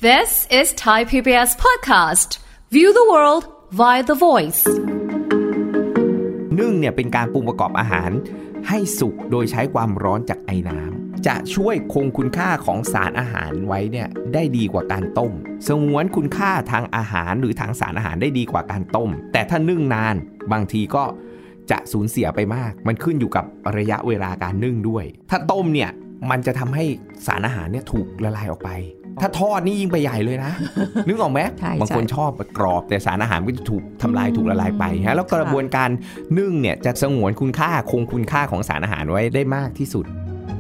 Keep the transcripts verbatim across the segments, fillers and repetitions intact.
This is Thai พี บี เอส podcast. View the world via the voice. นึ่งเนี่ยเป็นการปรุงประกอบอาหารให้สุกโดยใช้ความร้อนจากไอน้ำจะช่วยคงคุณค่าของสารอาหารไว้เนี่ยได้ดีกว่าการต้มสงวนคุณค่าทางอาหารหรือทางสารอาหารได้ดีกว่าการต้มแต่ถ้านึ่งนานบางทีก็จะสูญเสียไปมากมันขึ้นอยู่กับระยะเวลาการนึ่งด้วยถ้าต้มเนี่ยมันจะทำให้สารอาหารเนี่ยถูกละลายออกไปถ้าทอดนี่ยิ่งไปใหญ่เลยนะ นึกออกไหม บางคนชอบกรอบแต่สารอาหารก็จะถูกทำลายถูกละลายไปฮะแล้วกระบวนการนึ่งเนี่ยจะสงวนคุณค่าคงคุณค่าของสารอาหารไว้ได้มากที่สุด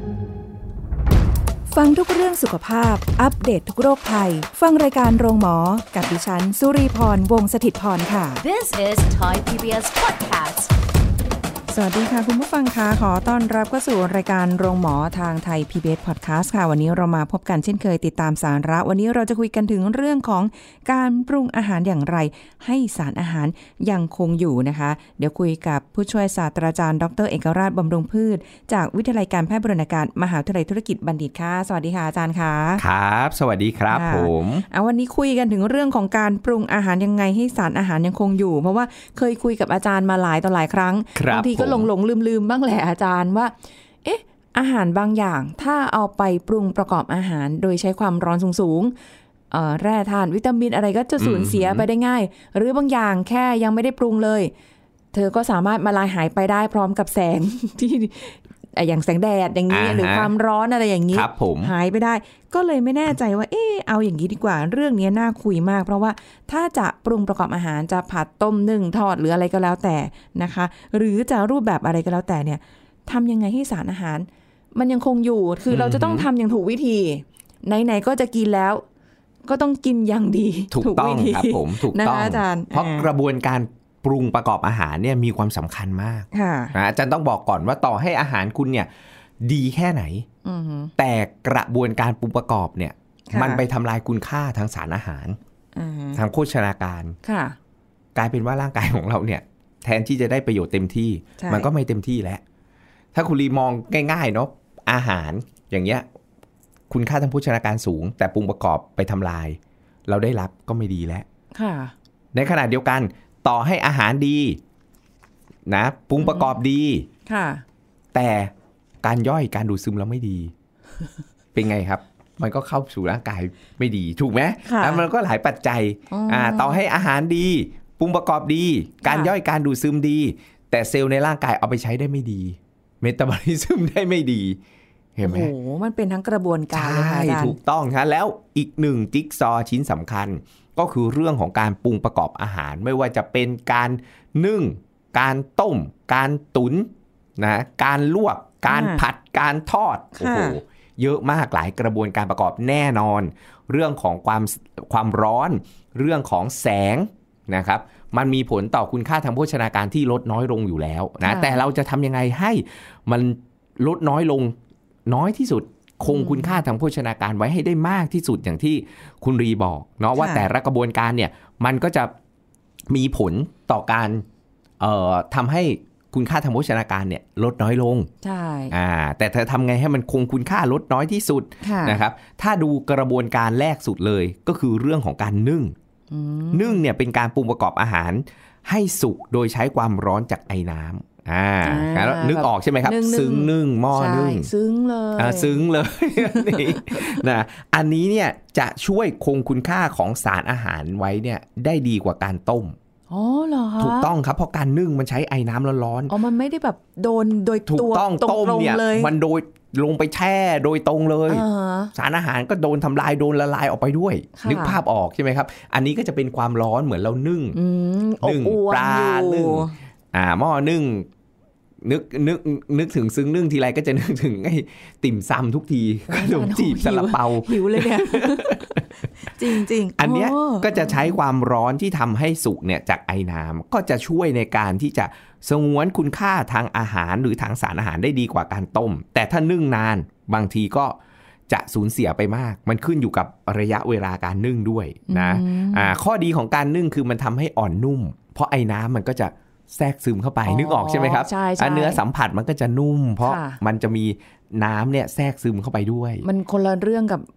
ฟังทุกเรื่องสุขภาพอัปเดต ท, ทุกโรคภัยฟังรายการโรงหมอกับดิฉันสุรีพรวงศ์สถิตย์พรค่ะ This is Thai พี บี เอส podcast. สวัสดีค่ะคุณผู้ฟังคะขอต้อนรับเข้าสู่รายการโรงหมอทางไทย พี บี เอส Podcast ค่ะวันนี้เรามาพบกันเช่นเคยติดตามสาระวันนี้เราจะคุยกันถึงเรื่องของการปรุงอาหารอย่างไรให้สารอาหารยังคงอยู่นะคะเดี๋ยวคุยกับผู้ช่วยศาสตราจารย์ดรเอกราชบำรุงพืชจากวิทยาลัยการแพทย์บูรณาการมหาวิทยาลัยธุรกิจบัณฑิตค่ะสวัสดีค่ะอาจารย์ค่ะครับสวัสดีครับผมเอาวันนี้คุยกันถึงเรื่องของการปรุงอาหารยังไงให้สารอาหารยังคงอยู่เพราะว่าเคยคุยกับอาจารย์มาหลายต่อหลายครั้งบางทีก็หลงหลงลืมลืมบ้างแหละอาจารย์ว่าเอ๊ะอาหารบางอย่างถ้าเอาไปปรุงประกอบอาหารโดยใช้ความร้อนสูงๆเอ่อแร่ธาตุวิตามินอะไรก็จะสูญเสียไปได้ง่ายหรือบางอย่างแค่ยังไม่ได้ปรุงเลยเธอก็สามารถมาลายหายไปได้พร้อมกับแสงที่อย่างแสงแดดอย่างนี้หรือความร้อนอะไรอย่างนี้หายไปได้ก็เลยไม่แน่ใจว่าเออเอาอย่างนี้ดีกว่าเรื่องนี้น่าคุยมากเพราะว่าถ้าจะปรุงประกอบอาหารจะผัดต้มนึ่งทอดหรืออะไรก็แล้วแต่นะคะหรือจะรูปแบบอะไรก็แล้วแต่เนี่ยทำยังไงให้สารอาหารมันยังคงอยู่คือเราจะต้องทำอย่างถูกวิธีไหนๆก็จะกินแล้วก็ต้องกินอย่างดีถูกต้องครับผมถูกต้องอาจารย์เพราะกระบวนการปรุงประกอบอาหารเนี่ยมีความสำคัญมากนะอาจารย์ต้องบอกก่อนว่าต่อให้อาหารคุณเนี่ยดีแค่ไหนแต่กระบวนการปรุงประกอบเนี่ยมันไปทำลายคุณค่าทางสารอาหารทางโภชนาการกลายเป็นว่าร่างกายของเราเนี่ยแทนที่จะได้ประโยชน์เต็มที่มันก็ไม่เต็มที่แล้วถ้าคุณรีมองง่ายๆเนาะอาหารอย่างเงี้ยคุณค่าทางโภชนาการสูงแต่ปรุงประกอบไปทำลายเราได้รับก็ไม่ดีแล้วในขณะเดียวกันต่อให้อาหารดีนะปรุงประกอบดีแต่การย่อยการดูดซึมแล้วไม่ดี เป็นไงครับมันก็เข้าสู่ร่างกายไม่ดีถูกไหมแล้วมันก็หลายปัจจัยอ่าต่อให้อาหารดีปรุงประกอบดีการย่อยการดูดซึมดีแต่เซลล์ในร่างกายเอาไปใช้ได้ไม่ดีเมตาบอลิซึมได้ไม่ดีเห็นไหมโอ้โหมันเป็นทั้งกระบวนการเลยค่ะอาจารย์ถูกต้องครับแล้วอีกหนึ่งจิ๊กซอว์ชิ้นสำคัญก็คือเรื่องของการปรุงประกอบอาหารไม่ว่าจะเป็นการนึ่งการต้มการตุ๋นนะการลวกการผัดการทอดโอ้โหเยอะมากหลายกระบวนการประกอบแน่นอนเรื่องของความความร้อนเรื่องของแสงนะครับมันมีผลต่อคุณค่าทางโภชนาการที่ลดน้อยลงอยู่แล้วนะแต่เราจะทำยังไงให้มันลดน้อยลงน้อยที่สุดคงคุณค่าทางโภชนาการไว้ให้ได้มากที่สุดอย่างที่คุณรีบอกเนาะว่าแต่ละกระบวนการเนี่ยมันก็จะมีผลต่อการเอ่อทำให้คุณค่าทางโภชนาการเนี่ยลดน้อยลงใช่อ่าแต่เธอทำไงให้มันคงคุณค่าลดน้อยที่สุดนะครับถ้าดูกระบวนการแรกสุดเลยก็คือเรื่องของการนึ่งนึ่งเนี่ยเป็นการปรุงประกอบอาหารให้สุกโดยใช้ความร้อนจากไอน้ำอ่าแล้วนึกออกใช่ไหมครับซึ้งนึ่งหม้อนึ่งซึ้งเลยอ่าซึ้งเลยนี่นะอันนี้เนี่ยจะช่วยคงคุณค่าของสารอาหารไว้เนี่ยได้ดีกว่าการต้มอ๋อเหรอคะถูกต้องครับเพราะการนึ่งมันใช้ไอ้น้ำร้อนๆอ๋อมันไม่ได้แบบโดนโดยตัวตรงๆเนี่ยมันโดยลงไปแช่โดยตรงเลยสารอาหารก็โดนทำลายโดนละลายออกไปด้วยนึกภาพออกใช่ไหมครับอันนี้ก็จะเป็นความร้อนเหมือนเรานึ่งนึ่งปลานึ่งอ่าหม้อนึ่งนึกนึกนึกถึงซึ้งนึ่งทีไรก็จะนึกถึงไอ้ติ่มซำทุกทีขนมจีบซาลาเปาหิวเลยเนี่ยจริงๆอันเนี้ยก็จะใช้ความร้อนที่ทำให้สุกเนี่ยจากไอน้ำก็จะช่วยในการที่จะสงวนคุณค่าทางอาหารหรือทางสารอาหารได้ดีกว่าการต้มแต่ถ้านึ่งนานบางทีก็จะสูญเสียไปมากมันขึ้นอยู่กับระยะเวลาการนึ่งด้วยนะอ่าข้อดีของการนึ่งคือมันทำให้อ่อนนุ่มเพราะไอน้ำมันก็จะแทรกซึมเข้าไปนึกออกใช่ไหมครับเนื้อสัมผัสมันก็จะนุ่มเพราะมันจะมีน้ำเนี่ยแทรกซึมเข้าไปด้วยมันคนละเรื่องกับ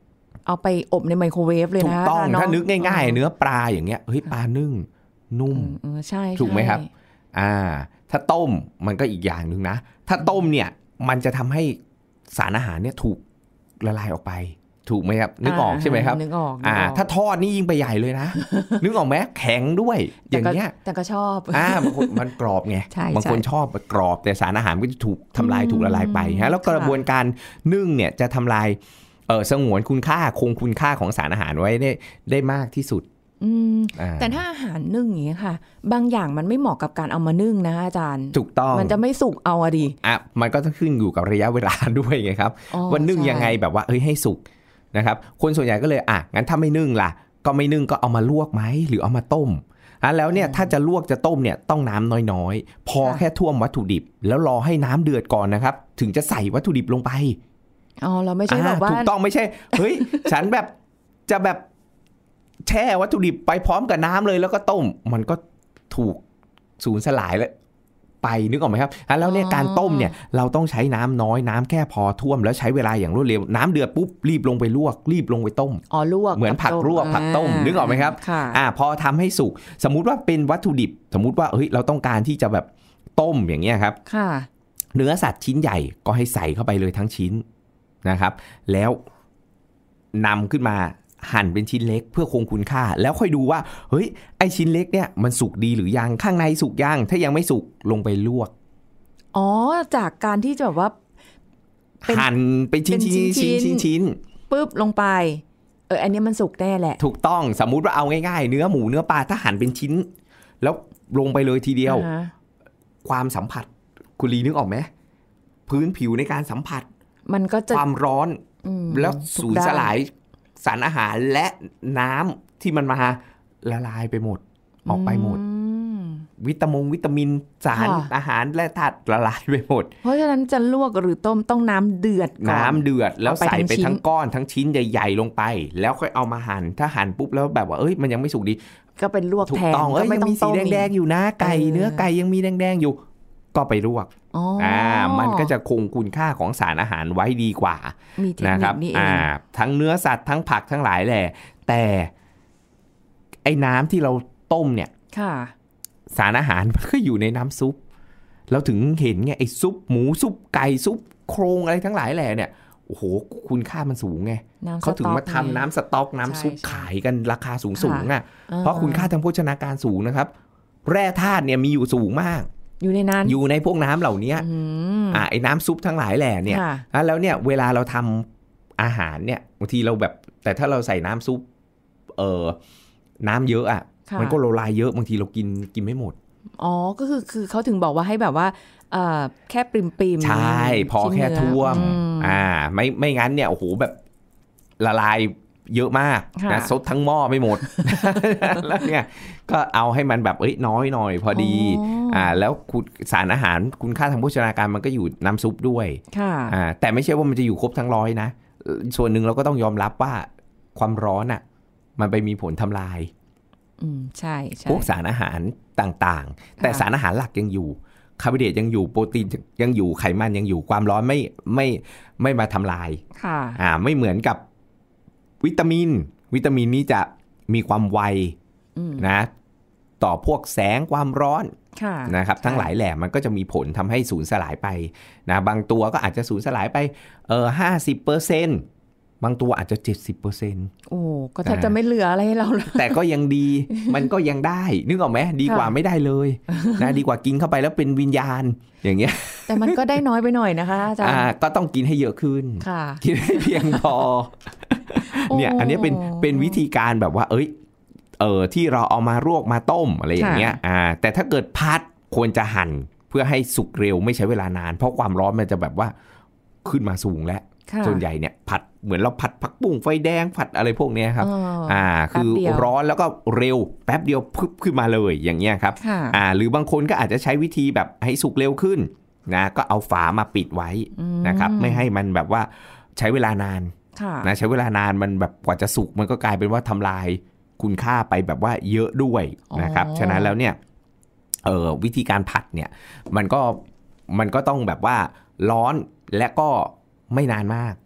เอาไปอบในไมโครเวฟเลยนะถูกต้องถ้านึกง่ายๆเนื้อปลาอย่างเงี้ยเฮ้ยปลานึ่งนุ่มใช่ถูกไหมครับอ่าถ้าต้มมันก็อีกอย่างนึงนะถ้าต้มเนี่ยมันจะทำให้สารอาหารเนี่ยถูกละลายออกไปถูกไหมครับนึกออกใช่ไหมครับนึกออกอ่าถ้าทอดนี่ยิ่งไปใหญ่เลยนะ นึกออกไหมแข็งด้วยอย่างเงี้ยแต่ก็ชอบอ่าบางคนมันกรอบไงบางคนชอบกรอบแต่สารอาหารก็จะถูกทำลายถูกละลายไปฮะแล้วกระบวนการนึ่งเนี่ยจะทำลายเออสงวนคุณค่าคงคุณค่าของสารอาหารไว้ได้ได้มากที่สุดแต่ถ้าอาหารนึ่งอย่างนี้ค่ะบางอย่างมันไม่เหมาะกับการเอามานึ่งนะอาจารย์ถูกต้องมันจะไม่สุกเอาอะดิอ่ะมันก็ต้องขึ้นอยู่กับระยะเวลาด้วยไงครับว่านึ่งยังไงแบบว่าเฮ้ยให้สุกนะครับคนส่วนใหญ่ก็เลยอ่ะงั้นถ้าไม่นึ่งล่ะก็ไม่นึ่งก็เอามาลวกไหมหรือเอามาต้มอ่ะแล้วเนี่ยถ้าจะลวกจะต้มเนี่ยต้องน้ำน้อยๆพอแค่ท่วมวัตถุดิบแล้วรอให้น้ำเดือดก่อนนะครับถึงจะใส่วัตถุดิบลงไปอ๋อเราไม่ใช่แบบว่าถูกต้องไม่ใช่เฮ้ยฉันแบบจะแบบแช่วัตถุดิบไปพร้อมกับน้ำเลยแล้วก็ต้มมันก็ถูกสูญสลายแล้วไปนึกออกไหมครับแล้วเนี่ยการต้มเนี่ยเราต้องใช้น้ำน้อยน้ำแค่พอท่วมแล้วใช้เวลาอย่างรวดเร็วน้ำเดือดปุ๊บรีบลงไปลวกรีบลงไปต้มอ๋อลวกเหมือนผักลวกผักต้มนึกออกไหมครับอ่าพอทำให้สุกสมมุติว่าเป็นวัตถุดิบสมมุติว่าเฮ้ยเราต้องการที่จะแบบต้มอย่างเงี้ยครับค่ะเนื้อสัตว์ชิ้นใหญ่ก็ให้ใส่เข้าไปเลยทั้งชิ้นนะครับแล้วนำขึ้นมาหั่นเป็นชิ้นเล็กเพื่อคงคุณค่าแล้วค่อยดูว่าเฮ้ยไอชิ้นเล็กเนี่ยมันสุกดีหรือยังข้างในสุกยังถ้ายังไม่สุกลงไปลวกอ๋อจากการที่จะแบบว่าหั่นเป็นชิ้นชิ้นชิ้นชิ้นชิ้นปุ๊บลงไปเอออันนี้มันสุกแน่แหละถูกต้องสมมุติว่าเอาง่ายๆเนื้อหมูเนื้อปลาถ้าหั่นเป็นชิ้นแล้วลงไปเลยทีเดียว uh-huh. ความสัมผัสคุณลีนึกออกไหมพื้นผิวในการสัมผัสมันก็จะความร้อนแล้วสูญสลายสารอาหารและน้ำที่มันมาละลายไปหมดออกไปหมดวิตามินวิตามินสารอาหารและธาตุละลายไปหมดเพราะฉะนั้นจะลวกหรือต้มต้องน้ำเดือดก่อนน้ำเดือดแล้วใส่ไปทั้งก้อนทั้งชิ้นใหญ่ๆลงไปแล้วค่อยเอามาหั่นถ้าหั่นปุ๊บแล้วแบบว่าเอ้ยมันยังไม่สุกดีก็เป็นลวกแทนก็ไม่ต้องมีสีแดงๆอยู่นะไก่เนื้อไก่ยังมีแดงๆอยู่ก็ไปลวกอ่ามันก็จะคงคุณค่าของสารอาหารไว้ดีกว่านะครับอ่าทั้งเนื้อสัตว์ทั้งผักทั้งหลายแหละแต่ไอ้น้ำที่เราต้มเนี่ยสารอาหารมันก็อยู่ในน้ำซุปเราถึงเห็นไงไอ้ซุปหมูซุปไก่ซุปโครงอะไรทั้งหลายแหละเนี่ยโอ้โหคุณค่ามันสูงไงเขาถึงมาทำน้ำสต๊อกน้ำซุปขายกันราคาสูงสูงอ่ะเพราะคุณค่าทางโภชนาการสูงนะครับแร่ธาตุเนี่ยมีอยู่สูงมากอยู่ในนั้นอยู่ในพวกน้ำเหล่านี้อ่าไอ้น้ำซุปทั้งหลายแหล่เนี่ยแล้วเนี่ยเวลาเราทำอาหารเนี่ยบางทีเราแบบแต่ถ้าเราใส่น้ำซุปเอ่อน้ำเยอะอ่ะมันก็ละลายเยอะบางทีเรากินกินไม่หมดอ๋อก็คือคือเขาถึงบอกว่าให้แบบว่าเอ่อแค่ปริมๆใช่พอแค่ท่วมอ่าไม่ไม่งั้นเนี่ยโอ้โหแบบละลายเยอะมากนะซดทั้งหม้อไม่หมด แล้วเนี่ยก็เอาให้มันแบบเอ้ยน้อยหน่อยพอดีอ่าแล้วสารอาหารคุณค่าทางโภชนาการมันก็อยู่น้ำซุปด้วยอ่าแต่ไม่ใช่ว่ามันจะอยู่ครบทั้งร้อยนะส่วนหนึ่งเราก็ต้องยอมรับว่าความร้อนอ่ะมันไปมีผลทำลายอืมใช่ใช่พวกสารอาหารต่างๆแต่สารอาหารหลักยังอยู่คาร์โบไฮเดรตยังอยู่โปรตีนยังอยู่ไขมันยังอยู่ความร้อนไม่ไม่ไม่มาทำลายอ่าไม่เหมือนกับวิตามินวิตามินนี้จะมีความไวนะต่อพวกแสงความร้อนนะครับทั้งหลายแหล่มันก็จะมีผลทำให้สูญสลายไปนะบางตัวก็อาจจะสูญสลายไปเออห้าสิบเปอร์เซ็นต์บางตัวอาจจะ เจ็ดสิบเปอร์เซ็นต์โอ้ก็แทบจะไม่เหลืออะไรให้เราแล้วแต่ก็ยังดีมันก็ยังได้นึกออกไหมดีกว่าไม่ได้เลยนะดีกว่ากินเข้าไปแล้วเป็นวิญญาณอย่างเงี้ยแต่มันก็ได้น้อยไปหน่อยนะคะอาจารย์ก็ต้องกินให้เยอะขึ้นกินให้เพียงพอเนี่ยอันนี้เป็นเป็นวิธีการแบบว่าเอ้ยเออที่เราเอามาลวกมาต้มอะไรอย่างเงี้ยอ่าแต่ถ้าเกิดพัดควรจะหั่นเพื่อให้สุกเร็วไม่ใช้เวลานานเพราะความร้อนมันจะแบบว่าขึ้นมาสูงแล้วส่วนใหญ่เนี่ยผัดเหมือนเราผัดผักบุ้งไฟแดงผัดอะไรพวกนี้ครับอ่าคือร้อนแล้วก็เร็วแป๊บเดียวพึบขึ้นมาเลยอย่างเงี้ยครับอ่าหรือบางคนก็อาจจะใช้วิธีแบบให้สุกเร็วขึ้นนะก็เอาฝามาปิดไว้นะครับไม่ให้มันแบบว่าใช้เวลานานนะใช้เวลานานมันแบบกว่าจะสุกมันก็กลายเป็นว่าทำลายคุณค่าไปแบบว่าเยอะด้วยนะครับฉะนั้นแล้วเนี่ยเออวิธีการผัดเนี่ยมันก็มันก็ต้องแบบว่าร้อนและก็ไม่นานมาก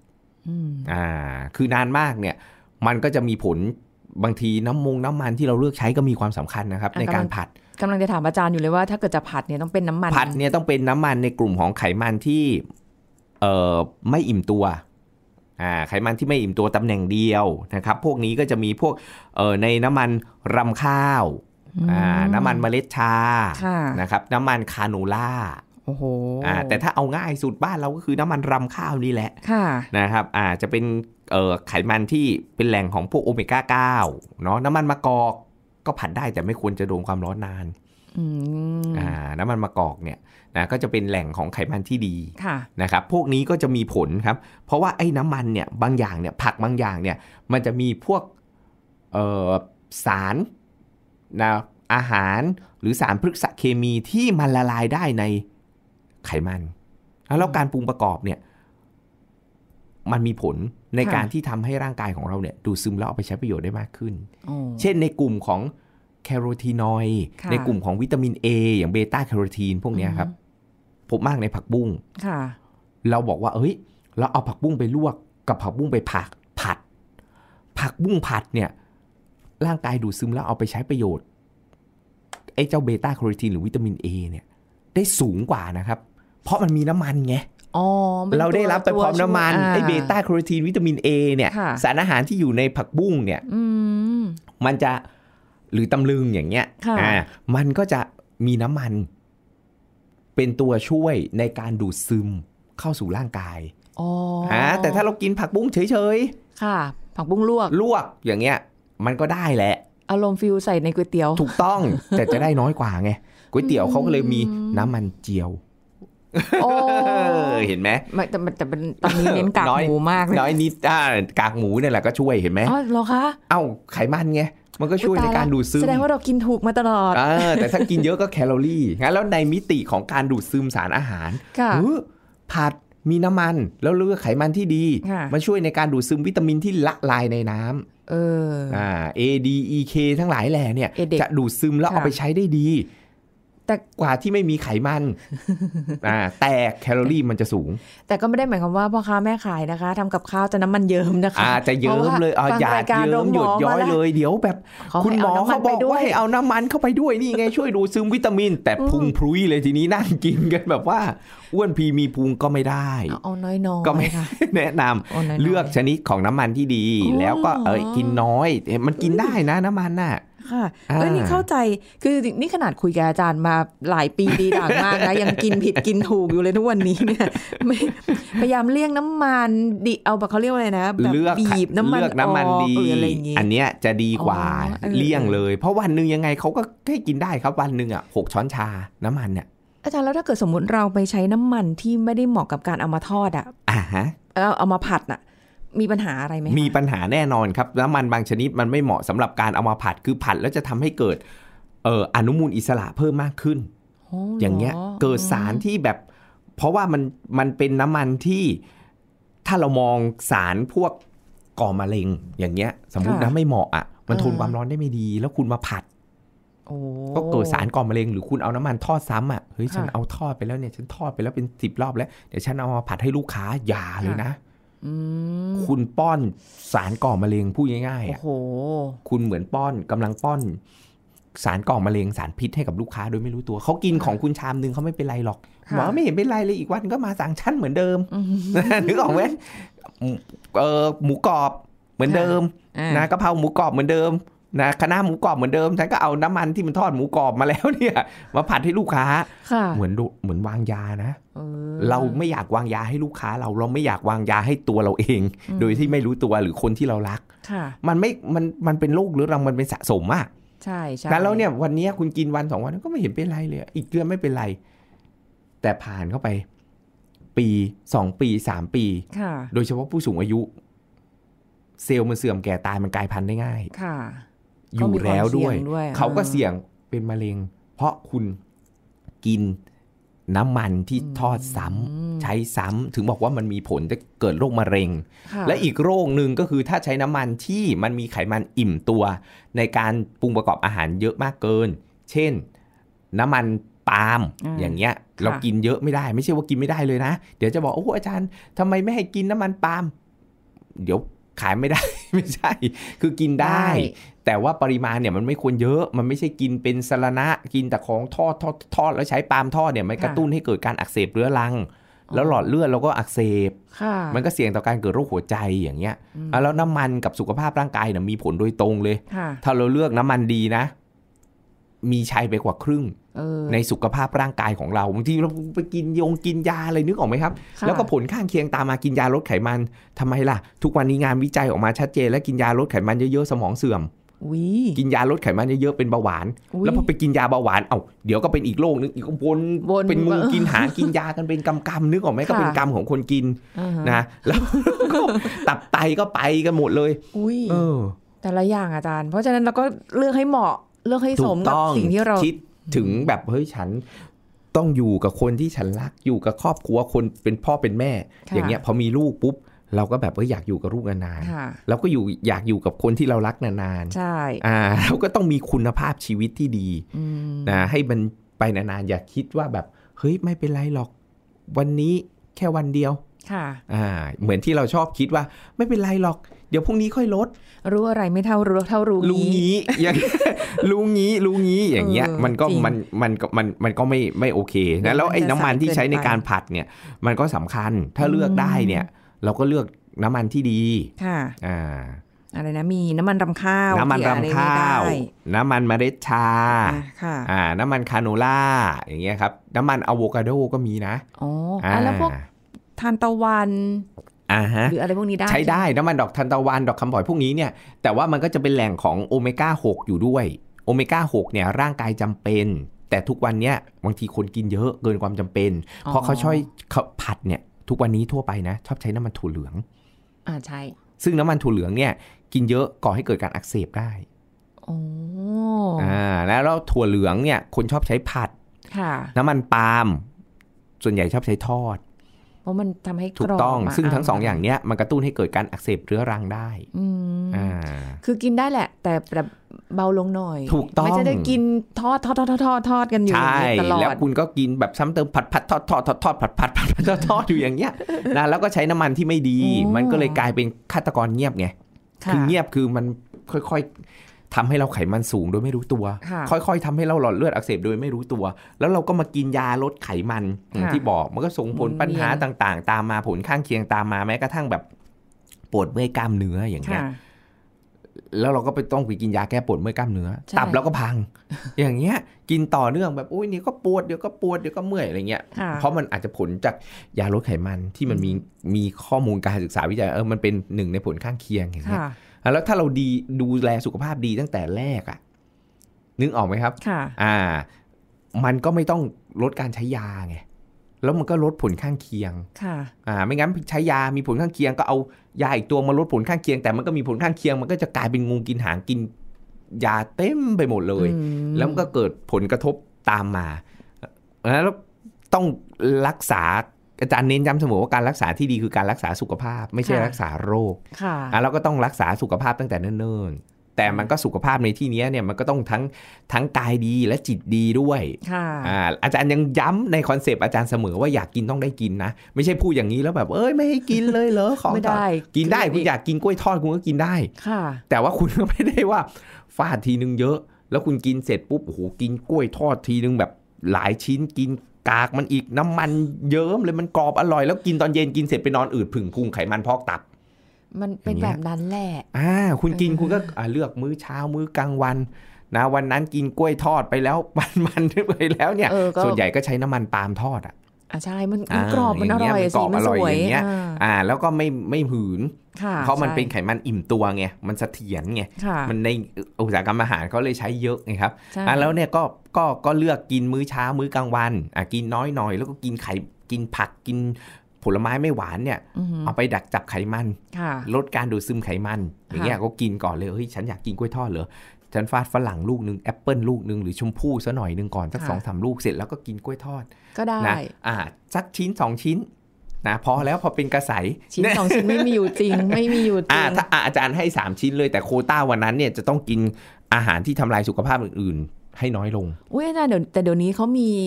อ่าคือนานมากเนี่ยมันก็จะมีผลบางทีน้ำมงน้ำมันที่เราเลือกใช้ก็มีความสำคัญนะครับในการผัดกำลังจะถามอาจารย์อยู่เลยว่าถ้าเกิดจะผัดเนี่ยต้องเป็นน้ำมันผัดเนี่ยต้องเป็นน้ำมันในกลุ่มของไขมันที่เอ่อไม่อิ่มตัวอ่าไขมันที่ไม่อิ่มตัวตำแหน่งเดียวนะครับพวกนี้ก็จะมีพวกเอ่อในน้ำมันรำข้าวอ่าน้ำมันเมล็ดชานะครับน้ำมันคาโนล่าโอ้โหอ่าแต่ถ้าเอาง่ายสุดบ้านเราก็คือน้ำมันรำข้าวนี่แหละนะครับอ่าจะเป็นเอ่อไขมันที่เป็นแหล่งของพวกโอเมก้าเก้าเนาะน้ำมันมะกอกก็ผัดได้แต่ไม่ควรจะโดนความร้อนนานอ่าน้ำมันมะกอกเนี่ยนะก็จะเป็นแหล่งของไขมันที่ดีนะครับพวกนี้ก็จะมีผลครับเพราะว่าไอ้น้ำมันเนี่ยบางอย่างเนี่ยผักบางอย่างเนี่ยมันจะมีพวกเอ่อสารนะอาหารหรือสารพฤกษเคมีที่มันละลายได้ในไขมันแล้วการปรุงประกอบเนี่ยมันมีผลในการที่ทำให้ร่างกายของเราเนี่ยดูดซึมแล้วเอาไปใช้ประโยชน์ได้มากขึ้นเช่นในกลุ่มของแคโรทีนอยด์ในกลุ่มของวิตามิน A อย่างเบต้าแคโรทีนพวกนี้ครับพบมากในผักบุ้งเราบอกว่าเอ้ยเราเอาผักบุ้งไปลวกกับผักบุ้งไปผัดผัดผักบุ้งผัดเนี่ยร่างกายดูดซึมแล้วเอาไปใช้ประโยชน์ไอ้เจ้าเบต้าแคโรทีนหรือวิตามิน A เนี่ยได้สูงกว่านะครับเพราะมันมีน้ำมันไงเราได้รับไปพร้อมน้ำมันไอ้เบต้าแคโรทีนวิตามิน A เนี่ยสารอาหารที่อยู่ในผักบุ้งเนี่ยมันจะหรือตำลึงอย่างเงี้ยอ่ามันก็จะมีน้ำมันเป็นตัวช่วยในการดูดซึมเข้าสู่ร่างกายอ๋อฮะแต่ถ้าเรากินผักบุ้งเฉยๆค่ะผักบุ้งลวกลวกอย่างเงี้ยมันก็ได้แหละอารมณ์ฟิลใส่ในก๋วยเตี๋ยวถูกต้องแต่จะได้น้อยกว่าไงก๋วยเตี๋ยวเขาก็เลยมีน้ำมันเจียวโอ้เห็นไหมแต่แต่เป็นตอนนี้เน้นกากหมูมากเลยน้อยนิดอ่ากากหมูเนี่ยแหละก็ช่วยเห็นไหมอ๋อเหรอคะเอ้าไขมันไงมันก็ช่วยในการดูดซึมแสดงว่าเรากินถูกมาตลอดอ่าแต่ถ้ากินเยอะก็แคลอรี่งั้นแล้วในมิติของการดูดซึมสารอาหารผัดมีน้ำมันแล้วเลือกไขมันที่ดีมันช่วยในการดูดซึมวิตามินที่ละลายในน้ำเอออ่า A D E K ทั้งหลายแหล่เนี่ยจะดูดซึมแล้วเอาไปใช้ได้ดีแต่กว่าที่ไม่มีไขมันอ่าแต่แคลอรี่มันจะสูงแต่ก็ไม่ได้หมายความว่าพ่อค้าแม่ขายนะคะทำกับข้าวจะน้ำมันเยิ้มนะคะอาจจะเยิ้มเลยอ่าหยาดเยิ้มหยดย้อยเลยเดี๋ยวแบบคุณหมอเขาบอกว่าให้เอาน้ำมันเข้าไปด้วยนี่ไงช่วยดูดซึมวิตามินแต่พุงพรุ้ยเลยทีนี้นั่งกินกันแบบว่าอ้วนพีมีพุงก็ไม่ได้เอาน้อยๆก็ไม่แนะนำเลือกชนิดของน้ำมันที่ดีแล้วก็เออกินน้อยมันกินได้นะน้ำมันน่ะค่ะเออนี่เข้าใจคือนี่ขนาดคุยกับอาจารย์มาหลายปีดีด่างมากนะยังกินผิดกินถูกอยู่เลยทุกวันนี้เนี่ยพยายามเลี่ยงน้ำมันดิเอาแบบเขาเรียกว่าอะไรนะแบบบีบน้ำมันออกหรืออะไรอย่างงี้อันเนี้ยจะดีกว่าเลี่ยงเลยเพราะวันนึงยังไงเขาก็ให้กินได้ครับวันนึงอ่ะหกช้อนชาน้ำมันเนี่ยอาจารย์แล้วถ้าเกิดสมมุติเราไปใช้น้ำมันที่ไม่ได้เหมาะกับการเอามาทอดอ่ะอ่าฮะเอาเอามาผัดอ่ะมีปัญหาอะไรไหมมีปัญหาแน่นอนครับน้ำมันบางชนิดมันไม่เหมาะสำหรับการเอามาผัดคือผัดแล้วจะทำให้เกิดเอ่ออนุมูลอิสระเพิ่มมากขึ้น oh, อย่างเงี้ยเกิดสารที่แบบเพราะว่ามันมันเป็นน้ำมันที่ถ้าเรามองสารพวกก่อมะเร็งอย่างเงี้ยสมมุตินะไม่เหมาะอ่ะมันทนความร้อนได้ไม่ดีแล้วคุณมาผัด oh. ก็เกิดสารก่อมะเร็งหรือคุณเอาน้ำมันทอดซ้ำอ่ะเฮ้ยฉันเอาทอดไปแล้วเนี่ยฉันทอดไปแล้วเป็นสิบรอบแล้วเดี๋ยวฉันเอามาผัดให้ลูกค้าอย่าเลยนะคุณป้อนสารก่อมะเร็งพูดง่ายๆอ่ะคุณเหมือนป้อนกำลังป้อนสารก่อมะเร็งสารพิษให้กับลูกค้าโดยไม่รู้ตัวเขากินของคุณชามนึงเขาไม่เป็นไรหรอกหมอไม่เห็นเป็นไรเลยอีกวันก็มาสั่งชั้นเหมือนเดิมนึกออกไหมเออหมูกรอบเหมือนเดิมนะกะเพราหมูกรอบเหมือนเดิมนะคณะหมูกรอบเหมือนเดิมฉันก็เอาน้ำมันที่มันทอดหมูกรอบมาแล้วเนี่ยมาผัดให้ลูกค้าเหมือนเหมือนวางยานะเราไม่อยากวางยาให้ลูกค้าเราเราไม่อยากวางยาให้ตัวเราเองโดยที่ไม่รู้ตัวหรือคนที่เรารักมันไม่มันมันเป็นโรคหรือรังมันเป็นสะสมอะใช่ใช่แล้วเนี่ยวันนี้คุณกินวันสองวันก็ไม่เห็นเป็นไรเลยอีกเดือนไม่เป็นไรแต่ผ่านเข้าไปปีสองปีสามปีโดยเฉพาะผู้สูงอายุเซลล์มันเสื่อมแก่ตายมันกลายพันธุ์ได้ง่ายอยู่แล้วด้วยเขาก็เสี่ยงเป็นมะเร็งเพราะคุณกินน้ำมันที่ทอดซ้ำใช้ซ้ำถึงบอกว่ามันมีผลจะเกิดโรคมะเร็งและอีกโรคหนึ่งก็คือถ้าใช้น้ำมันที่มันมีไขมันอิ่มตัวในการปรุงประกอบอาหารเยอะมากเกินเช่นน้ำมันปาล์มอย่างเงี้ยเรากินเยอะไม่ได้ไม่ใช่ว่ากินไม่ได้เลยนะเดี๋ยวจะบอกโอ้อาจารย์ทำไมไม่ให้กินน้ำมันปาล์มเดี๋ยวขายไม่ได้ ไม่ใช่คือกินได้แต่ว่าปริมาณเนี่ยมันไม่ควรเยอะมันไม่ใช่กินเป็นสารณะกินแต่ของทอดทอดทอดแล้วใช้ปาล์มทอดเนี่ยมันกระตุ้นให้เกิดการอักเสบเรื้อรังแล้วหลอดเลือดเราก็อักเสบมันก็เสี่ยงต่อการเกิดโรคหัวใจอย่างเงี้ยแล้วน้ำมันกับสุขภาพร่างกายเนี่ยมีผลโดยตรงเลยถ้าเราเลือกน้ำมันดีนะมีชัยไปกว่าครึ่งในสุขภาพร่างกายของเราบางทีเราไปกินยงกินยาอะไรนึกออกไหมครับแล้วก็ผลข้างเคียงตามมากินยาลดไขมันทำไมล่ะทุกวันนี้งานวิจัยออกมาชัดเจนแล้วกินยาลดไขมันเยอะๆสมองเสื่อมกินยาลดไขมันเยอะๆเป็นเบาหวานแล้วพอไปกินยาเบาหวานเอ้าเดี๋ยวก็เป็นอีกโรคนึงอีกวนเป็นงูกินหางกินยากันเป็นกำๆนึกออกไหมก็เป็นกรรมของคนกินนะแล้วตับไตก็ไปกันหมดเลยเออแต่ละอย่างอาจารย์เพราะฉะนั้นเราก็เลือกให้เหมาะเลือกให้สมกับสิ่งที่เราคิดถึงแบบเฮ้ยฉันต้องอยู่กับคนที่ฉันรักอยู่กับครอบครัวคนเป็นพ่อเป็นแม่อย่างเงี้ยพอมีลูกปุ๊บเราก็แบบเอออยากอยู่กับลูกนานๆเราก็อยู่อยากอยู่กับคนที่เรารักนานๆใช่อ่าเราก็ต้องมีคุณภาพชีวิตที่ดีนะให้มันไปนานๆอย่าคิดว่าแบบเฮ้ยไม่เป็นไรหรอกวันนี้แค่วันเดียวค่ะอ่าเหมือนที่เราชอบคิดว่าไม่เป็นไรหรอกเดี๋ยวพรุ่งนี้ค่อยลดรู้อะไรไม่เท่ารู้เท่ารู้งี้อย่างรู้งี้รู้งี้อย่างเงี้ยมันก็มันมันก็มันมันก็ไม่ไม่โอเคนะแล้วไอ้น้ำมันที่ใช้ในการผัดเนี่ยมันก็สำคัญถ้าเลือกได้เนี่ยเราก็เลือกน้ำมันที่ดีค่ะอ่าอะไรนะมีน้ำมันรำข้าวน้ำมันรำข้าวน้ำมันเมล็ดชาค่ะอ่าน้ำมันคาโนล่าอย่างเงี้ยครับน้ำมันอะโวคาโดก็มีนะอ๋อแล้วพวกทานตะวันอ่าฮะหรืออะไรพวกนี้ได้ใช้ได้น้ำมันดอกทานตะวันดอกคำฝอยพวกนี้เนี่ยแต่ว่ามันก็จะเป็นแหล่งของโอเมก้าหกอยู่ด้วยโอเมก้าหกเนี่ยร่างกายจำเป็นแต่ทุกวันเนี้ยบางทีคนกินเยอะเกินความจำเป็นเพราะเขาช่วยเขาผัดเนี่ยทุกวันนี้ทั่วไปนะชอบใช้น้ำมันถั่วเหลืองอ่าใช่ซึ่งน้ำมันถั่วเหลืองเนี่ยกินเยอะก่อให้เกิดการอักเสบได้โอ้อ่าแล้วถั่วเหลืองเนี่ยคนชอบใช้ผัดค่ะน้ำมันปาล์มส่วนใหญ่ชอบใช้ทอดเพราะมันทำให้ถูกต้องซึ่งทั้งสองอย่างเนี้ยมันกระตุ้นให้เกิดการอักเสบเรื้อรังได้อ่าคือกินได้แหละแต่แบบเบาลงหน่อยถูกต้องไม่จะได้กินทอดทอดทอดทอดทอดกันอยู่ตลอดแล้วคุณก็กินแบบซ้ำเติมผัดผัดทอดทอดทอดทอดผัดผัดผัดผัดทอดอยู่อย่างเงี้ยนะแล้วก็ใช้น้ำมันที่ไม่ดีมันก็เลยกลายเป็นฆาตกรเงียบไงคือเงียบคือมันค่อยๆทำให้เราไขมันสูงโดยไม่รู้ตัวค่อยๆทำให้เราหลอดเลือดอักเสบโดยไม่รู้ตัวแล้วเราก็มากินยาลดไขมันอย่างที่บอกมันก็ส่งผลปัญหาต่างๆตามมาผลข้างเคียงตามมาแม้กระทั่งแบบปวดเมื่อยกล้ามเนื้ออย่างเงี้ยแล้วเราก็ไปต้องไปกินยาแก้ปวดเมื่อยกล้ามเนื้อตับแล้วก็พังอย่างเงี้ยกินต่อเนื่องแบบอุ้ยนี่ก็ปวดเดี๋ยวก็ปวดเดี๋ยวก็เมื่อยอะไรเงี้ยเพราะมันอาจจะผลจากยาลดไขมันที่มันมีมีข้อมูลการศึกษาวิจัยเออมันเป็นหนึ่งในผลข้างเคียงอย่างเงี้ยแล้วถ้าเราดีดูแลสุขภาพดีตั้งแต่แรกอ่ะนึกออกไหมครับอ่ามันก็ไม่ต้องลดการใช้ยาไงแล้วมันก็ลดผลข้างเคียงค่ะอ่าไม่งั้นใช้ยามีผลข้างเคียงก็เอายาอีกตัวมาลดผลข้างเคียงแต่มันก็มีผลข้างเคียงมันก็จะกลายเป็นงูกินหางกินยาเต็มไปหมดเลยแล้วมันก็เกิดผลกระทบตามมาแล้วต้องรักษาอาจารย์เน้นย้ำเสมอว่าการรักษาที่ดีคือการรักษาสุขภาพไม่ใช่รักษาโรคค่ะแล้วก็ต้องรักษาสุขภาพตั้งแต่เนิ่นๆแต่มันก็สุขภาพในที่นี้เนี่ยมันก็ต้องทั้งทั้งกายดีและจิตดีด้วยอ่าอาจารย์ยังย้ำในคอนเซปต์อาจารย์เสมอว่าอยากกินต้องได้กินนะไม่ใช่พูดอย่างนี้แล้วแบบเอ้ยไม่ให้กินเลยเหรอของไม่ได้กินได้คุณอยากกินกล้วยทอดคุณก็กินได้แต่ว่าคุณก็ไม่ได้ว่าฟาดทีนึงเยอะแล้วคุณกินเสร็จปุ๊บโอ้โหกินกล้วยทอดทีนึงแบบหลายชิ้นกินกากมันอีกน้ำมันเยิ้มเลยมันกรอบอร่อยแล้วกินตอนเย็นกินเสร็จไปนอนอืดผึ่งพุงไขมันพอกตับมันเป็นแบบนั้นแหละอ่าคุณกินคุณก็เลือกมื้อเช้ามื้อกลางวันนะวันนั้นกินกล้วยทอดไปแล้วมันๆไปแล้วเนี่ยส่วนใหญ่ก็ใช้น้ำมันปาล์มทอดอ่ะอ่าใช่มันกรอบมันอร่อยสิมันสวยอย่างเงี้ยอ่าแล้วก็ไม่ไม่หืนเพราะมันเป็นไขมันอิ่มตัวไงมันเสถียรไงมันในอุตสาหกรรมอาหารเขาเลยใช้เยอะไงครับอ่าแล้วเนี่ยก็ก็ก็เลือกกินมื้อเช้ามื้อกลางวันอ่ะกินน้อยหน่อยแล้วก็กินไข่กินผักกินผลไม้ไม่หวานเนี่ยเอาไปดักจับไขมันลดการดูดซึมไขมันอย่างเงี้ยก็กินก่อนเลยเฮ้ยฉันอยากกินกล้วยทอดเหรอฉันฟาดฝรั่งลูกนึงแอปเปิ้ลลูกนึงหรือชมพู่ซะหน่อยนึงก่อนสัก สองสาม ลูกเสร็จแล้วก็กินกล้วยทอดก็ได้นะอ่าสักชิ้นสองชิ้นนะพอแล้วพอเป็นกระใสชิ้นสองชิ้นไม่มีอยู่จริงไม่มีอยู่จริงอ่าถ้าอาจารย์ให้สามชิ้นเลยแต่โควต้าวันนั้นเนี่ยจะต้องกินอาหารที่ทำลายสุขภาพอื่นๆให้น้อยลงอุ้ยอาจารย์เดี๋ยวแต่เดี๋ยวนี้เขามี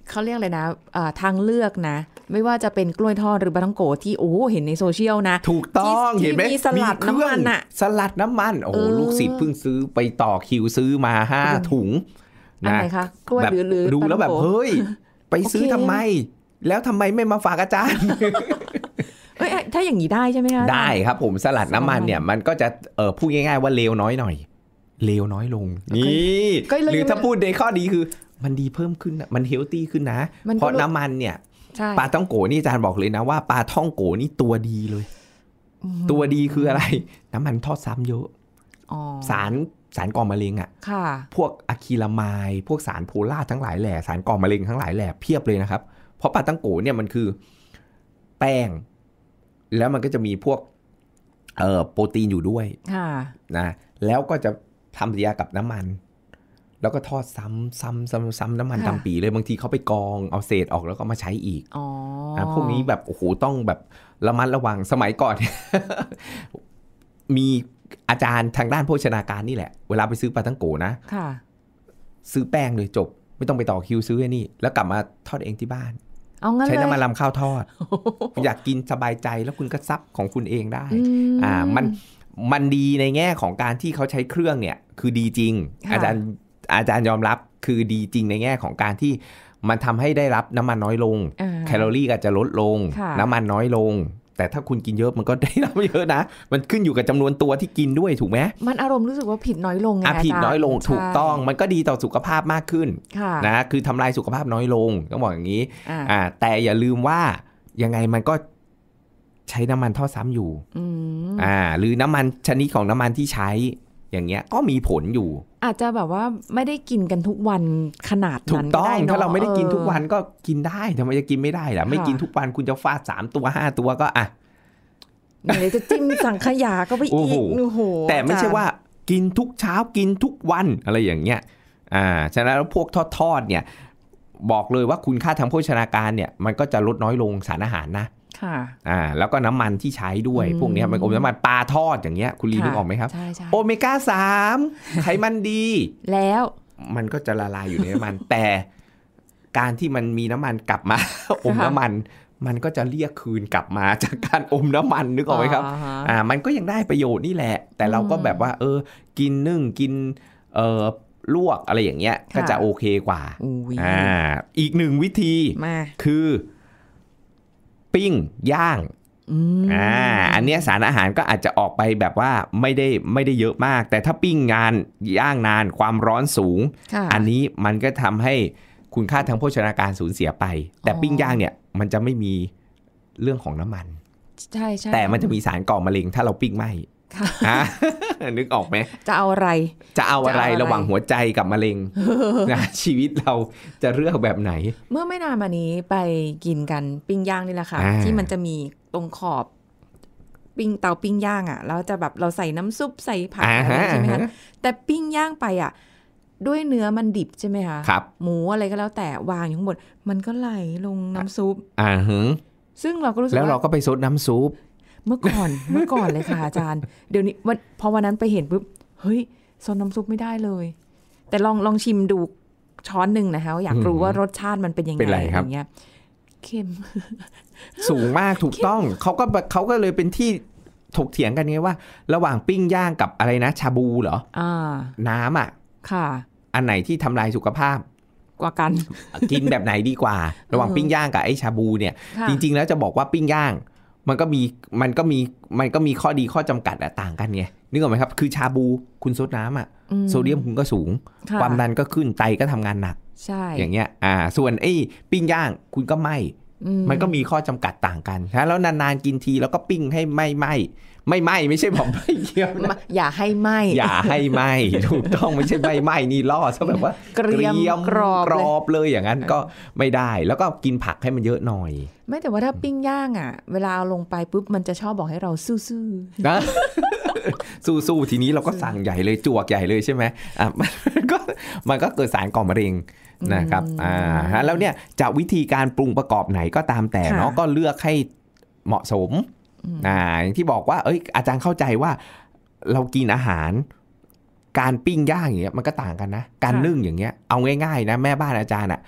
เขาเรียกอะไรนะทางเลือกนะไม่ว่าจะเป็นกล้วยทอดหรือปลาท่องโกที่โอ้เห็นในโซเชียลนะถูกต้องเห็นไหมมีสลัดน้ำมันอะสลัดน้ำมันโอ้ลูกศิษย์เพิ่งซื้อไปต่อคิวซื้อมาห้าถุงนะอะไรคะกล้วยหรือหรือดูแล้วแบบเฮ้ยไปซื้อทำไมแล้วทำไมไม่มาฝากอาจารย์เอ้ยถ้าอย่างนี้ได้ใช่ไหมคะได้ครับผมสลัดน้ำมันเนี่ยมันก็จะเออพูดง่ายๆว่าเลวน้อยหน่อยเลวน้อยลงนี่หรือถ้าพูดในข้อดีคือมันดีเพิ่มขึ้นมันเฮลตี้ขึ้นนะเพราะน้ำมันเนี่ยปลาท่องโกนี่อาจารย์บอกเลยนะว่าปลาท่องโกนี่ตัวดีเลยตัวดีคืออะไรน้ำมันทอดซ้ำเยอะสารสารก่อมะเร็งอ่ะพวกอะคริลามายพวกสารโพล่าทั้งหลายแหล่สารก่อมะเร็งทั้งหลายแหล่เพียบเลยนะครับเพราะปลาท่องโกเนี่ยมันคือแป้งแล้วมันก็จะมีพวกเอ่อโปรตีนอยู่ด้วยนะแล้วก็จะทำปฏิกิริยากับน้ำมันแล้วก็ทอดซ้ำซ้ำซ้ำซ้ำน้ำมันตามปีเลยบางทีเขาไปกองเอาเศษออกแล้วก็มาใช้อีกอ๋อพวกนี้แบบโอ้โหต้องแบบระมัดระวังสมัยก่อน มีอาจารย์ทางด้านโภชนาการนี่แหละเวลาไปซื้อปลาท่องโกนะซื้อแป้งเลยจบไม่ต้องไปต่อคิวซื้อไอ้นี่แล้วกลับมาทอดเองที่บ้านใช้น้ำมันลำข้าวทอด อยากกินสบายใจแล้วคุณก็ซับของคุณเองได้อ่ามันมันดีในแง่ของการที่เขาใช้เครื่องเนี่ยคือดีจริงอาจารย์อาจารย์ยอมรับคือดีจริงในแง่ของการที่มันทำให้ได้รับน้ำมันน้อยลงแคลอรี่ก็จะลดลงน้ำมันน้อยลงแต่ถ้าคุณกินเยอะมันก็ได้รับเยอะนะมันขึ้นอยู่กับจำนวนตัวที่กินด้วยถูกไหมมันอารมณ์รู้สึกว่าผิดน้อยลงไงอาจารย์ผิดน้อยลงถูกต้องมันก็ดีต่อสุขภาพมากขึ้นนะคือทำลายสุขภาพน้อยลงต้องบอกอย่างนี้อ่าแต่อย่าลืมว่ายังไงมันก็ใช้น้ำมันทอดซ้ำอยู่อ่าหรือน้ำมันชนิดของน้ำมันที่ใช้อย่างเงี้ยก็มีผลอยู่อาจจะแบบว่าไม่ได้กินกันทุกวันขนาดนั้นถูกต้องถ้าเราไม่ได้กินทุกวันก็กินได้ทำไมจะกินไม่ได้ล่ะไม่กินทุกวันคุณจะฟาดสามตัวห้าตัวก็อ่ะเดี๋ยวจะจิ้มสังขยาก็ไปอีกโอ้โหแต่ไม่ใช่ว่ากินทุกเช้ากินทุกวันอะไรอย่างเงี้ยอ่าฉะนั้นแล้วพวกทอดๆเนี่ยบอกเลยว่าคุณค่าทางโภชนาการเนี่ยมันก็จะลดน้อยลงสารอาหารนะค่ะอ่าแล้วก็น้ำมันที่ใช้ด้วยพวกนี้มันอมน้ำมันปลาทอดอย่างเงี้ยคุณลีนึกออกไหมครับโอเมก้าสามไขมันดีแล้วมันก็จะละลายอยู่ในน้ำมันแต่การที่มันมีน้ำมันกลับมาอมน้ำมันมันก็จะเรียกคืนกลับมาจากการอมน้ำมันนึกออกไหมครับอ่ามันก็ยังได้ประโยชน์นี่แหละแต่เราก็แบบว่าเออกินนึ่งกินเอ่อลวกอะไรอย่างเงี้ยก็จะโอเคกว่าอ่าอีกหนึ่งวิธีคือปิ้งย่างอ่าอันเนี้ยสารอาหารก็อาจจะออกไปแบบว่าไม่ได้ไม่ได้เยอะมากแต่ถ้าปิ้งงานย่างนานความร้อนสูงอันนี้มันก็ทำให้คุณค่าทางโภชนาการสูญเสียไปแต่ปิ้งย่างเนี่ยมันจะไม่มีเรื่องของน้ำมันใช่ใช่แต่มันจะมีสารก่อมะเร็งถ้าเราปิ้งไหม้นึกออกไหมจะเอาอะไรจะเอาอะไรระหว่างหัวใจกับมะเร็งนะชีวิตเราจะเลือกแบบไหนเมื่อไม่นานมานี้ไปกินกันปิ้งย่างนี่แหละค่ะที่มันจะมีตรงขอบปิ้งเตาปิ้งย่างอ่ะแล้วจะแบบเราใส่น้ำซุปใส่ผักอะไรใช่ไหมคะแต่ปิ้งย่างไปอ่ะด้วยเนื้อมันดิบใช่ไหมคะครับหมูอะไรก็แล้วแต่วางอยู่ข้างบนมันก็ไหลลงน้ำซุปอ่าฮะซึ่งเราก็รู้สึกแล้วเราก็ไปซดน้ำซุปเมื่อก่อนเมื่อก่อนเลยค่ะอาจารย์เดี๋ยวนี้วันพอวันนั้นไปเห็นปุ๊บเฮ้ยซดน้ำซุปไม่ได้เลยแต่ลองลองชิมดูช้อนหนึ่งนะคะอยากรู้ว่ารสชาติมันเป็นยังไงอย่างเงี้ยเค็มสูงมากถูกต้องเขาก็เขาก็เลยเป็นที่ถกเถียงกันไงว่าระหว่างปิ้งย่างกับอะไรนะชาบูเหรออ่าน้ำอ่ะค่ะอันไหนที่ทำลายสุขภาพกว่ากันกินแบบไหนดีกว่าระหว่างปิ้งย่างกับไอ้ชาบูเนี่ยจริงๆแล้วจะบอกว่าปิ้งย่างมันก็มีมันก็มีมันก็มีข้อดีข้อจำกัดต่างกันไงนึกออกไหมครับคือชาบูคุณซดน้ำอ่ะโซเดียมคุณก็สูงความดันก็ขึ้นไตก็ทำงานหนักใช่อย่างเงี้ยอ่าส่วนไอ้ปิ้งย่างคุณก็ไม่มันก็มีข้อจำกัดต่างกันแล้วนานๆกินทีแล้วก็ปิ้งให้ไม่ไหม้ไม่ไหม้ไม่ใช่ผมไม่เกี่ยวนะอย่าให้ไหม้อย่าให้ไหม้ถูกต้องไม่ใช่ไม่ไหม้นี่ล่อซะแบบว่าเกรียมกรอบกรอบเลยอย่างนั้นก็ไม่ได้แล้วก็กินผักให้มันเยอะหน่อยไม่แต่ว่าถ้าปิ้งย่างอ่ะเวลาเอาลงไปปุ๊บมันจะชอบบอกให้เราสู้ๆนะสู้ๆทีนี้เราก็สั่งใหญ่เลยจวกใหญ่เลยใช่ไหมอ่ะมันก็มันก็เกิดสารก่อมะเร็งนะครับอ่าแล้วเนี่ยจะวิธีการปรุงประกอบไหนก็ตามแต่เนาะก็เลือกให้เหมาะสมอ่าอย่างที่บอกว่าเอ้ยอาจารย์เข้าใจว่าเรากินอาหารการปิ้งย่างอย่างเงี้ยมันก็ต่างกันนะการนึ่งอย่างเงี้ยเอาง่ายๆนะแม่บ้านอาจารย์อ่ะ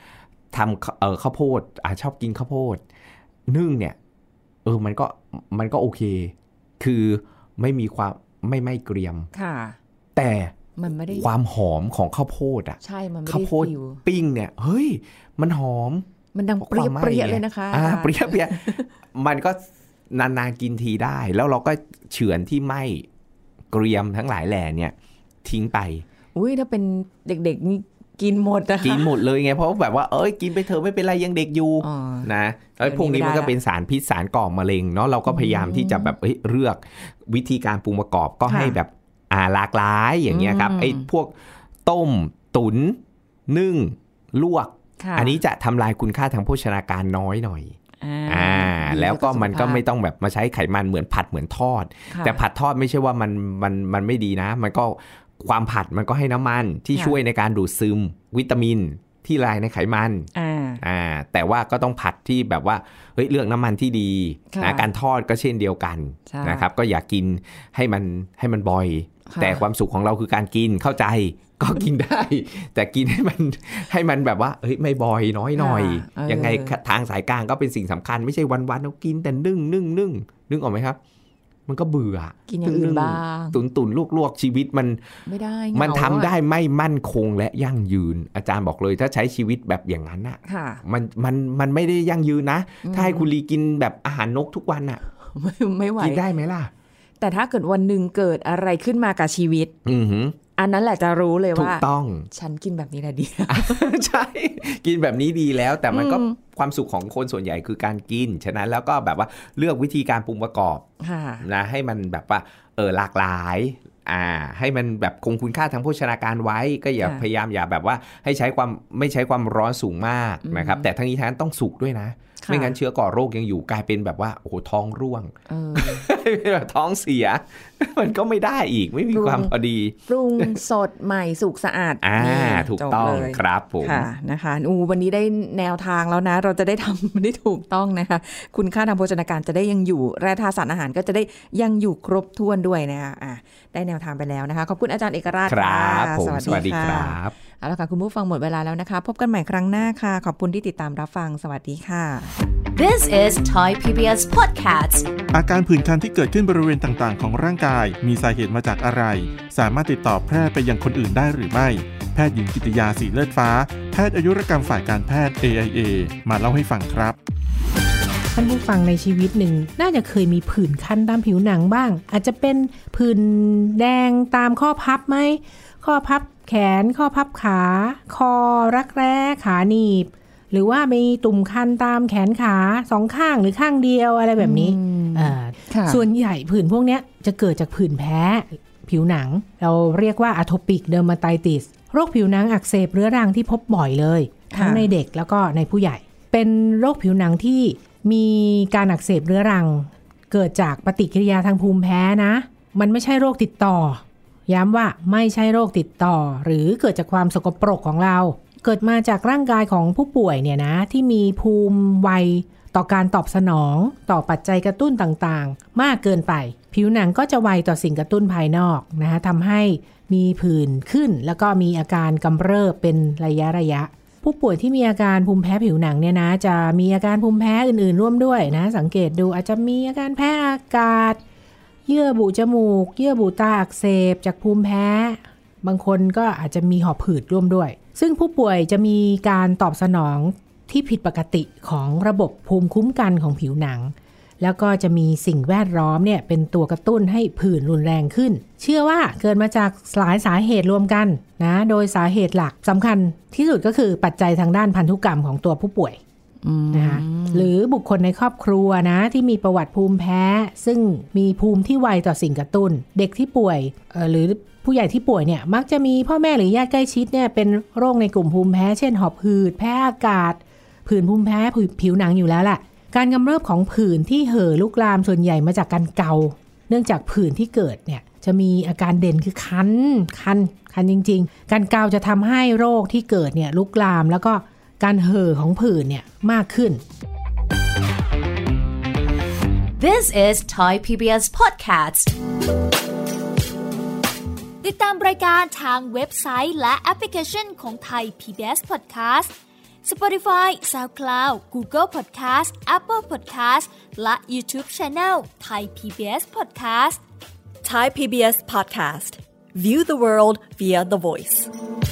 ทำเออข้าวโพดอ่ะชอบกินข้าวโพดนึ่งเนี่ยเออมันก็มันก็โอเคคือไม่มีความไม่ไม่เกรียมค่ะแต่มันไม่ได้ความหอมของข้าวโพดอ่ะใช่มันไม่ได้ข้าวโพดปิ้งเนี่ยเฮ้ยมันหอมมันดังเปรี้ยๆเลยนะคะอ่าเปรี้ยๆมันก็นานๆกินทีได้แล้วเราก็เฉือนที่ไม่เกรียมทั้งหลายแหล่เนี่ยทิ้งไปอุ้ยถ้าเป็นเด็กๆนี่กินหมดนะคะกินหมดเลยไงเพราะแบบว่าเอ้ยกินไปเถอะไม่เป็นไรยังเด็กอยู่นะแล้วพวกนี้มันก็เป็นสารพิษสารก่อมะเร็งเนาะเราก็พยายามที่จะแบบเอ้ยเลือกวิธีการปรุงประกอบก็ให้แบบอ่าหลากหลายอย่างเงี้ยครับไอ้พวกต้มตุ๋นนึ่งลวกอันนี้จะทำลายคุณค่าทางโภชนาการน้อยหน่อยอ่าแล้วก็มันก็ไม่ต้องแบบมาใช้ไขมันเหมือนผัดเหมือนทอดแต่ผัดทอดไม่ใช่ว่ามันมันมันไม่ดีนะมันก็ความผัดมันก็ให้น้ำมันที่ช่วยในการดูดซึมวิตามินที่ละลายในไขมันอ่าอ่าแต่ว่าก็ต้องผัดที่แบบว่าเฮ้ยเลือกน้ำมันที่ดีนะการทอดก็เช่นเดียวกันนะครับก็อย่ากินให้มันให้มันบ่อยแต่ความสุขของเราคือการกินเข้าใจก็กินได้แต่กินให้มันให้มันแบบว่าเฮ้ยไม่บ่อยน้อยหน่อยยังไงทางสายกลางก็เป็นสิ่งสำคัญไม่ใช่วันๆเรากินแต่นึ่งนึ่งนึ่งนึกออกไหมครับมันก็เบื่อกินอย่างอื่นบ้างตุนตุนลวกๆชีวิตมันไม่ได้มันทำได้ไม่มั่นคงและยั่งยืนอาจารย์บอกเลยถ้าใช้ชีวิตแบบอย่างนั้นอ่ะมันมันมันไม่ได้ยั่งยืนนะถ้าให้คุณลีกินแบบอาหารนกทุกวันอ่ะไม่ไม่ไหวกินได้ไหมล่ะแต่ถ้าเกิดวันหนึ่งเกิดอะไรขึ้นมากับชีวิตอืออันนั้นแหละจะรู้เลยว่าถูกต้องฉันกินแบบนี้แหละดีใช่กินแบบนี้ดีแล้วแต่มันก็ความสุขของคนส่วนใหญ่คือการกินฉะนั้นแล้วก็แบบว่าเลือกวิธีการปรุงประกอบนะให้มันแบบว่าเออหลากหลายอ่าให้มันแบบคงคุณค่าทางโภชนาการไว้ก็อย่าพยายามอย่าแบบว่าให้ใช้ความไม่ใช้ความร้อนสูงมากนะครับแต่ทั้งนี้ทั้งนั้นต้องสุกด้วยนะไม่งั้นเชื้อก่อโรคยังอยู่กลายเป็นแบบว่าโอ้โหท้องร่วงแบบท้องเสียมันก็ไม่ได้อีกไม่มีความพอดีปรุงสดใหม่สุกสะอาดอ่าถูกต้องครับผมค่ะนะคะอูวันนี้ได้แนวทางแล้วนะเราจะได้ทำได้ถูกต้องนะคะคุณค่าทางโภชนาการจะได้ยังอยู่แร่ธาตุสารอาหารก็จะได้ยังอยู่ครบถ้วนด้วยนะคะอ่าได้แนวทางไปแล้วนะคะขอบคุณอาจารย์เอกราชครับผมสวัสดีครับเอาละค่ะคุณผู้ฟังหมดเวลาแล้วนะคะพบกันใหม่ครั้งหน้าค่ะขอบคุณที่ติดตามรับฟังสวัสดีค่ะ This is Thai พี บี เอส Podcast อาการผื่นคันที่เกิดขึ้นบริเวณต่างๆของร่างกายมีสาเหตุมาจากอะไรสามารถติดต่อแพร่ไปยังคนอื่นได้หรือไม่แพทย์หญิงกิติยาสีเลือดฟ้าแพทย์อายุรกรรมฝ่ายการแพทย์ เอ ไอ เอ มาเล่าให้ฟังครับท่านผู้ฟังในชีวิตหนึ่งน่าจะเคยมีผื่นคันตามผิวหนังบ้างอาจจะเป็นผื่นแดงตามข้อพับไหมข้อพับแขนข้อพับขาคอรักแร้ขาหนีบหรือว่ามีตุ่มคันตามแขนขาสองข้างหรือข้างเดียวอะไรแบบนี้ส่วนใหญ่ผื่นพวกนี้จะเกิดจากผื่นแพ้ผิวหนังเราเรียกว่า atopic dermatitis โรคผิวหนังอักเสบเรื้อรังที่พบบ่อยเลยทั้งในเด็กแล้วก็ในผู้ใหญ่เป็นโรคผิวหนังที่มีการอักเสบเรื้อรังเกิดจากปฏิกิริยาทางภูมิแพ้นะมันไม่ใช่โรคติดต่อย้ำว่าไม่ใช่โรคติดต่อหรือเกิดจากความสกปรกของเราเกิดมาจากร่างกายของผู้ป่วยเนี่ยนะที่มีภูมิไวต่อการตอบสนองต่อปัจจัยกระตุ้นต่างๆมากเกินไปผิวหนังก็จะไวต่อสิ่งกระตุ้นภายนอกนะคะทำให้มีผื่นขึ้นแล้วก็มีอาการกำเริบเป็นระยะระยะผู้ป่วยที่มีอาการภูมิแพ้ผิวหนังเนี่ยนะจะมีอาการภูมิแพ้อื่นๆร่วมด้วยนะสังเกตดูอาจจะมีอาการแพ้อากาศเยื่อบุจมูกเยื่อบุตาอักเสบจากภูมิแพ้บางคนก็อาจจะมีหอบหืดร่วมด้วยซึ่งผู้ป่วยจะมีการตอบสนองที่ผิดปกติของระบบภูมิคุ้มกันของผิวหนังแล้วก็จะมีสิ่งแวดล้อมเนี่ยเป็นตัวกระตุ้นให้ผื่นรุนแรงขึ้นเชื่อว่าเกิดมาจากหลายสาเหตุรวมกันนะโดยสาเหตุหลักสำคัญที่สุดก็คือปัจจัยทางด้านพันธุกรรมของตัวผู้ป่วยนะคะหรือบุคคลในครอบครัวนะที่มีประวัติภูมิแพ้ซึ่งมีภูมิที่ไวต่อสิ่งกระตุ้นเด็กที่ป่วยหรือผู้ใหญ่ที่ป่วยเนี่ยมักจะมีพ่อแม่หรือญาติใกล้ชิดเนี่ยเป็นโรคในกลุ่มภูมิแพ้เช่นหอบหืดแพ้อากาศผื่นภูมิแพ้ผิวหนังอยู่แล้วแหละการกำเริบของผื่นที่เห่อลุกลามส่วนใหญ่มาจากการเกาเนื่องจากผื่นที่เกิดเนี่ยจะมีอาการเด่นคือคันคันคันจริงๆการเกาจะทำให้โรคที่เกิดเนี่ยลุกลามแล้วก็การเห่อของผื่นเนี่ยมากขึ้น This is Thai พี บี เอส Podcast ติดตามรายการทางเว็บไซต์และแอปพลิเคชันของ Thai พี บี เอส Podcast Spotify, SoundCloud, Google Podcast, Apple Podcast และ YouTube Channel Thai พี บี เอส Podcast Thai พี บี เอส Podcast View the world via the voice